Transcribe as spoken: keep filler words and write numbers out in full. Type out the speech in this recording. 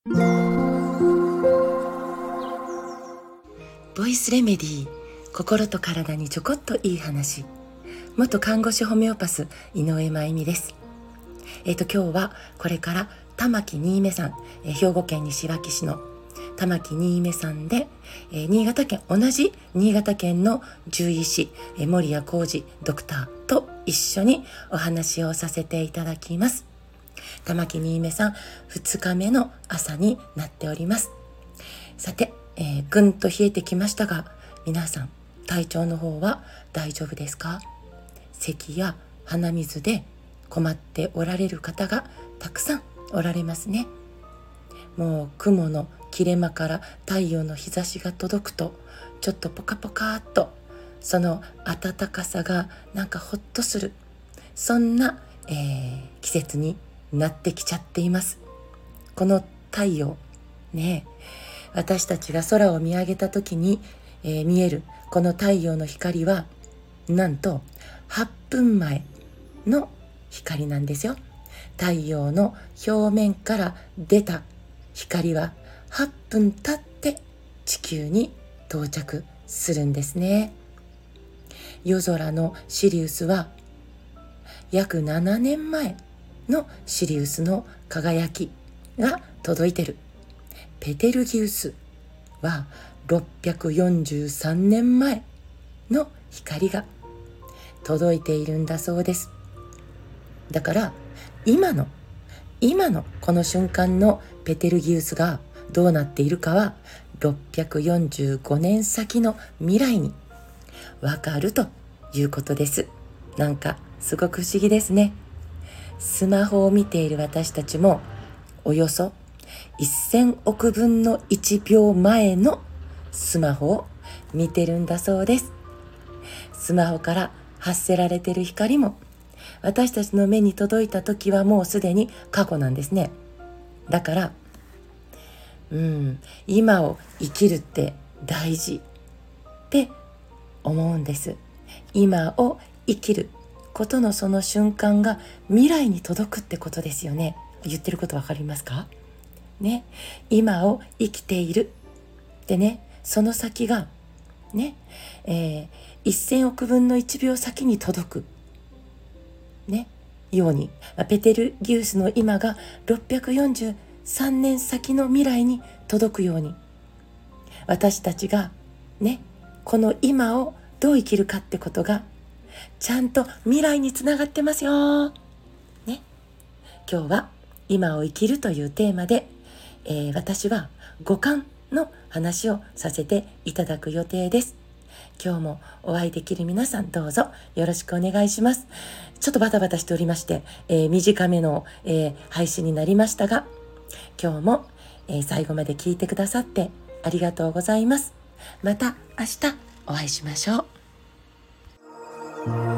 ボイスレメディー、心と体にちょこっといい話。元看護師ホメオパス井上真由美です。えっ、ー、と今日はこれから玉木新芽さん、えー、兵庫県西脇市の玉木新芽さんで、えー、新潟県同じ新潟県の獣医師、えー、森谷浩二ドクターと一緒にお話をさせていただきます。玉木新芽さんふつかめの朝になっております。さて、えー、ぐんと冷えてきましたが、皆さん体調の方は大丈夫ですか？咳や鼻水で困っておられる方がたくさんおられますね。もう雲の切れ間から太陽の日差しが届くとちょっとポカポカっと、その暖かさがなんかほっとする、そんな、えー、季節になってきちゃっています。この太陽ね、私たちが空を見上げた時に、えー、見えるこの太陽の光はなんとはっぷんまえの光なんですよ。太陽の表面から出た光ははっぷん経って地球に到着するんですね。夜空のシリウスは約ななねんまえのシリウスの輝きが届いてる。ペテルギウスはろっぴゃくよんじゅうさんねんまえの光が届いているんだそうです。だから今の今のこの瞬間のペテルギウスがどうなっているかはろっぴゃくよんじゅうごねん先の未来にわかるということです。なんかすごく不思議ですね。スマホを見ている私たちもおよそせんおくぶんのいちびょうまえのスマホを見てるんだそうです。スマホから発せられている光も私たちの目に届いた時はもうすでに過去なんですね。だからうん今を生きるって大事って思うんです。今を生きることのその瞬間が未来に届くってことですよね。言ってることわかりますかね。今を生きているでね、その先がね、えー、せんおくぶんのいちびょう先に届くねように、ペテルギウスの今がろっぴゃくよんじゅうさんねん先の未来に届くように、私たちがねこの今をどう生きるかってことがちゃんと未来につながってますよね。今日は今を生きるというテーマで、えー、私は五感の話をさせていただく予定です。今日もお会いできる皆さん、どうぞよろしくお願いします。ちょっとバタバタしておりまして、えー、短めの、えー、配信になりましたが、今日も、えー、最後まで聞いてくださってありがとうございます。また明日お会いしましょう。